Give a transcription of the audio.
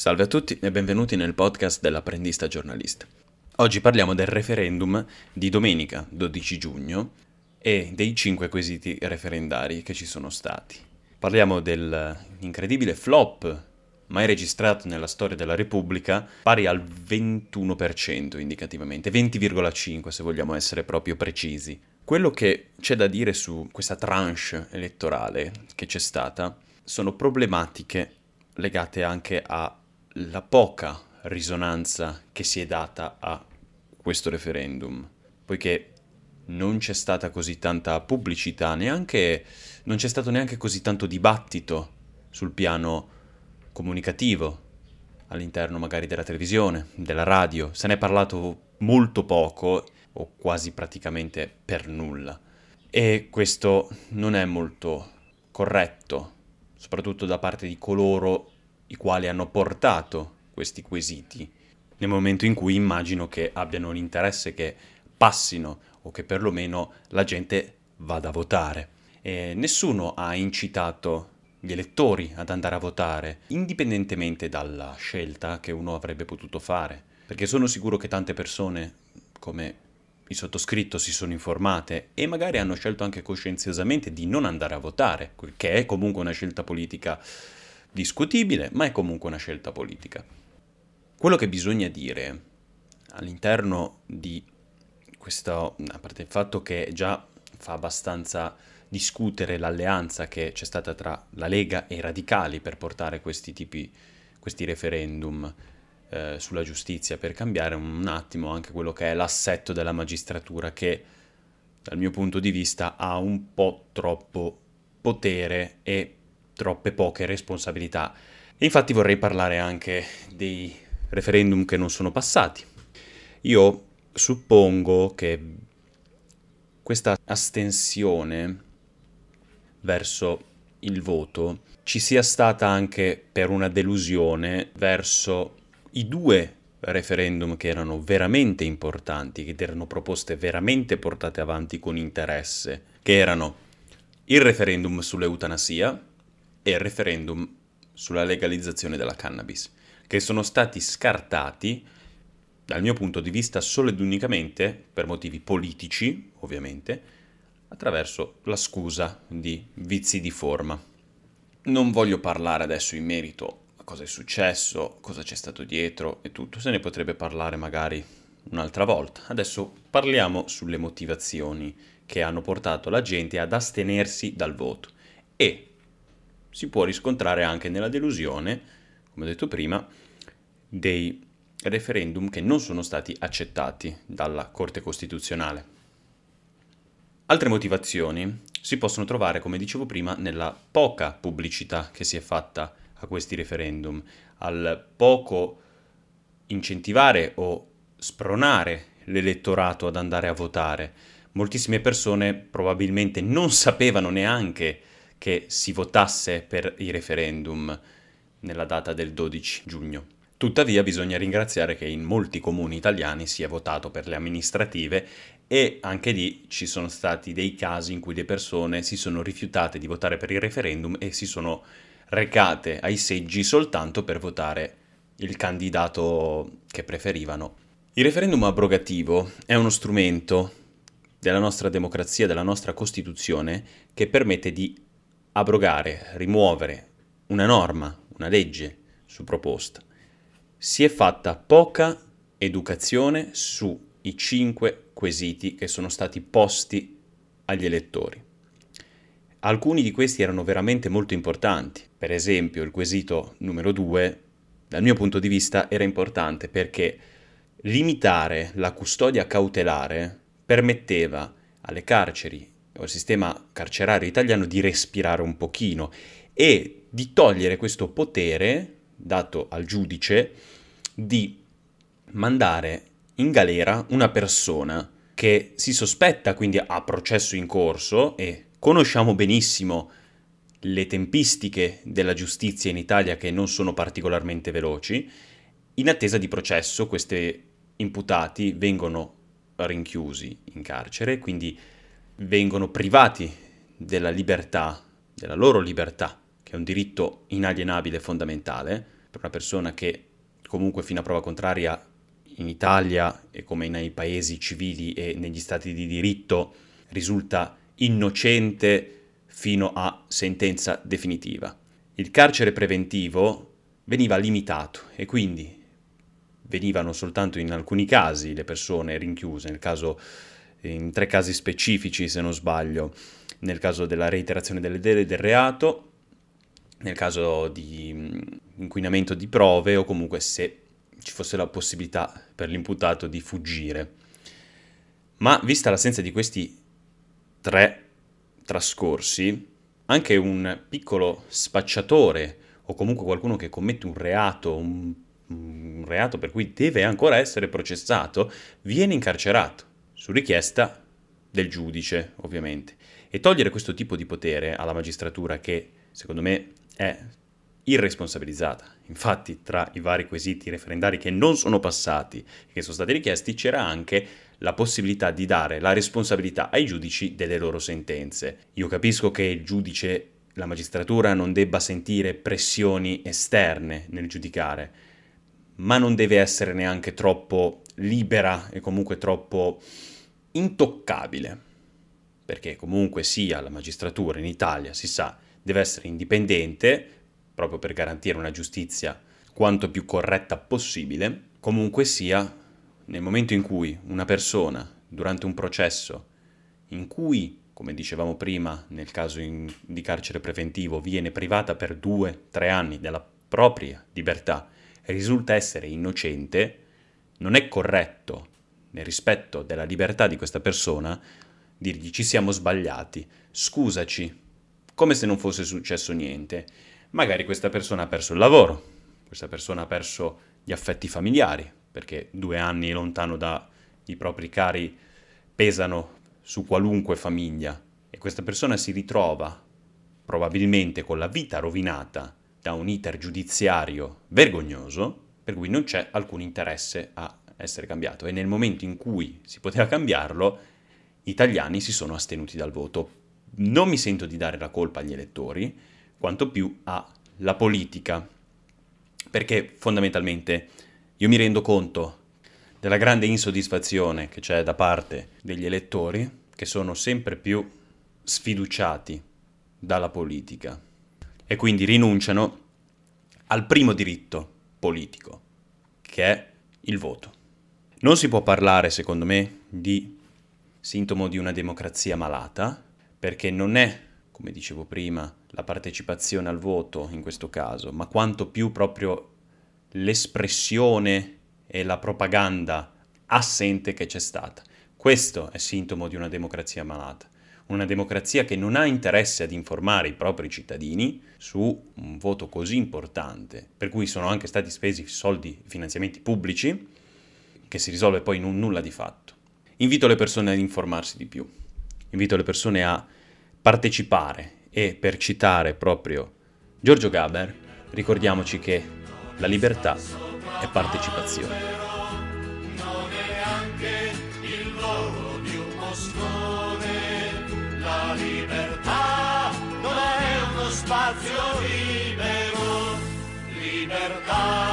Salve a tutti e benvenuti nel podcast dell'apprendista giornalista. Oggi parliamo del referendum di domenica 12 giugno e dei 5 quesiti referendari che ci sono stati. Parliamo dell'incredibile flop mai registrato nella storia della Repubblica, pari al 21% indicativamente, 20,5% se vogliamo essere proprio precisi. Quello che c'è da dire su questa tranche elettorale che c'è stata sono problematiche legate anche alla poca risonanza che si è data a questo referendum, poiché non c'è stata così tanta pubblicità, non c'è stato neanche così tanto dibattito sul piano comunicativo all'interno magari della televisione, della radio. Se ne è parlato molto poco o quasi praticamente per nulla. E questo non è molto corretto, soprattutto da parte di coloro i quali hanno portato questi quesiti, nel momento in cui immagino che abbiano l'interesse che passino o che perlomeno la gente vada a votare. E nessuno ha incitato gli elettori ad andare a votare, indipendentemente dalla scelta che uno avrebbe potuto fare, perché sono sicuro che tante persone, come il sottoscritto, si sono informate e magari hanno scelto anche coscienziosamente di non andare a votare, che è comunque una scelta politica discutibile, ma è comunque una scelta politica. Quello che bisogna dire all'interno di questo, a parte il fatto che già fa abbastanza discutere l'alleanza che c'è stata tra la Lega e i radicali per portare questi referendum sulla giustizia, per cambiare un attimo anche quello che è l'assetto della magistratura, che dal mio punto di vista ha un po' troppo potere e troppe poche responsabilità. E infatti vorrei parlare anche dei referendum che non sono passati. Io suppongo che questa astensione verso il voto ci sia stata anche per una delusione verso i due referendum che erano veramente importanti, che erano proposte veramente portate avanti con interesse, che erano il referendum sull'eutanasia e il referendum sulla legalizzazione della cannabis, che sono stati scartati dal mio punto di vista solo ed unicamente per motivi politici, ovviamente, attraverso la scusa di vizi di forma. Non voglio parlare adesso in merito a cosa è successo, cosa c'è stato dietro e tutto, se ne potrebbe parlare magari un'altra volta. Adesso parliamo sulle motivazioni che hanno portato la gente ad astenersi dal voto e si può riscontrare anche nella delusione, come ho detto prima, dei referendum che non sono stati accettati dalla Corte Costituzionale. Altre motivazioni si possono trovare, come dicevo prima, nella poca pubblicità che si è fatta a questi referendum, al poco incentivare o spronare l'elettorato ad andare a votare. Moltissime persone probabilmente non sapevano neanche che si votasse per i referendum nella data del 12 giugno. Tuttavia bisogna ringraziare che in molti comuni italiani si è votato per le amministrative e anche lì ci sono stati dei casi in cui le persone si sono rifiutate di votare per il referendum e si sono recate ai seggi soltanto per votare il candidato che preferivano. Il referendum abrogativo è uno strumento della nostra democrazia, della nostra Costituzione, che permette di abrogare, rimuovere una norma, una legge su proposta. Si è fatta poca educazione sui 5 quesiti che sono stati posti agli elettori. Alcuni di questi erano veramente molto importanti. Per esempio, il quesito numero 2, dal mio punto di vista, era importante perché limitare la custodia cautelare permetteva alle carceri o al sistema carcerario italiano di respirare un pochino e di togliere questo potere dato al giudice di mandare in galera una persona che si sospetta, quindi ha processo in corso, e conosciamo benissimo le tempistiche della giustizia in Italia che non sono particolarmente veloci. In attesa di processo questi imputati vengono rinchiusi in carcere, quindi vengono privati della libertà, della loro libertà, che è un diritto inalienabile e fondamentale, per una persona che comunque fino a prova contraria in Italia e come nei paesi civili e negli stati di diritto risulta innocente fino a sentenza definitiva. Il carcere preventivo veniva limitato e quindi venivano soltanto in alcuni casi le persone rinchiuse, in 3 casi specifici se non sbaglio, nel caso della reiterazione del reato, nel caso di inquinamento di prove o comunque se ci fosse la possibilità per l'imputato di fuggire. Ma vista l'assenza di questi 3 trascorsi, anche un piccolo spacciatore o comunque qualcuno che commette un reato per cui deve ancora essere processato, viene incarcerato su richiesta del giudice, ovviamente. E togliere questo tipo di potere alla magistratura, che secondo me è irresponsabilizzata. Infatti, tra i vari quesiti referendari che non sono passati e che sono stati richiesti, c'era anche la possibilità di dare la responsabilità ai giudici delle loro sentenze. Io capisco che il giudice, la magistratura, non debba sentire pressioni esterne nel giudicare, ma non deve essere neanche troppo libera e comunque troppo intoccabile, perché comunque sia la magistratura in Italia, si sa, deve essere indipendente, proprio per garantire una giustizia quanto più corretta possibile. Comunque sia, nel momento in cui una persona, durante un processo, in cui, come dicevamo prima, nel caso di carcere preventivo, viene privata per 2-3 anni della propria libertà, risulta essere innocente, non è corretto, nel rispetto della libertà di questa persona, dirgli ci siamo sbagliati, scusaci, come se non fosse successo niente. Magari questa persona ha perso il lavoro, questa persona ha perso gli affetti familiari, perché 2 anni lontano dai propri cari pesano su qualunque famiglia, e questa persona si ritrova probabilmente con la vita rovinata da un iter giudiziario vergognoso, per cui non c'è alcun interesse a essere cambiato. E nel momento in cui si poteva cambiarlo, gli italiani si sono astenuti dal voto. Non mi sento di dare la colpa agli elettori, quanto più alla politica, perché fondamentalmente io mi rendo conto della grande insoddisfazione che c'è da parte degli elettori, che sono sempre più sfiduciati dalla politica e quindi rinunciano al primo diritto politico, che è il voto. Non si può parlare, secondo me, di sintomo di una democrazia malata, perché non è, come dicevo prima, la partecipazione al voto in questo caso, ma quanto più proprio l'espressione e la propaganda assente che c'è stata. Questo è sintomo di una democrazia malata. Una democrazia che non ha interesse ad informare i propri cittadini su un voto così importante, per cui sono anche stati spesi soldi, finanziamenti pubblici, che si risolve poi in un nulla di fatto. Invito le persone ad informarsi di più, invito le persone a partecipare e, per citare proprio Giorgio Gaber, ricordiamoci che la libertà è partecipazione. Non è anche il volo di un moscone, la libertà non è uno spazio libero, libertà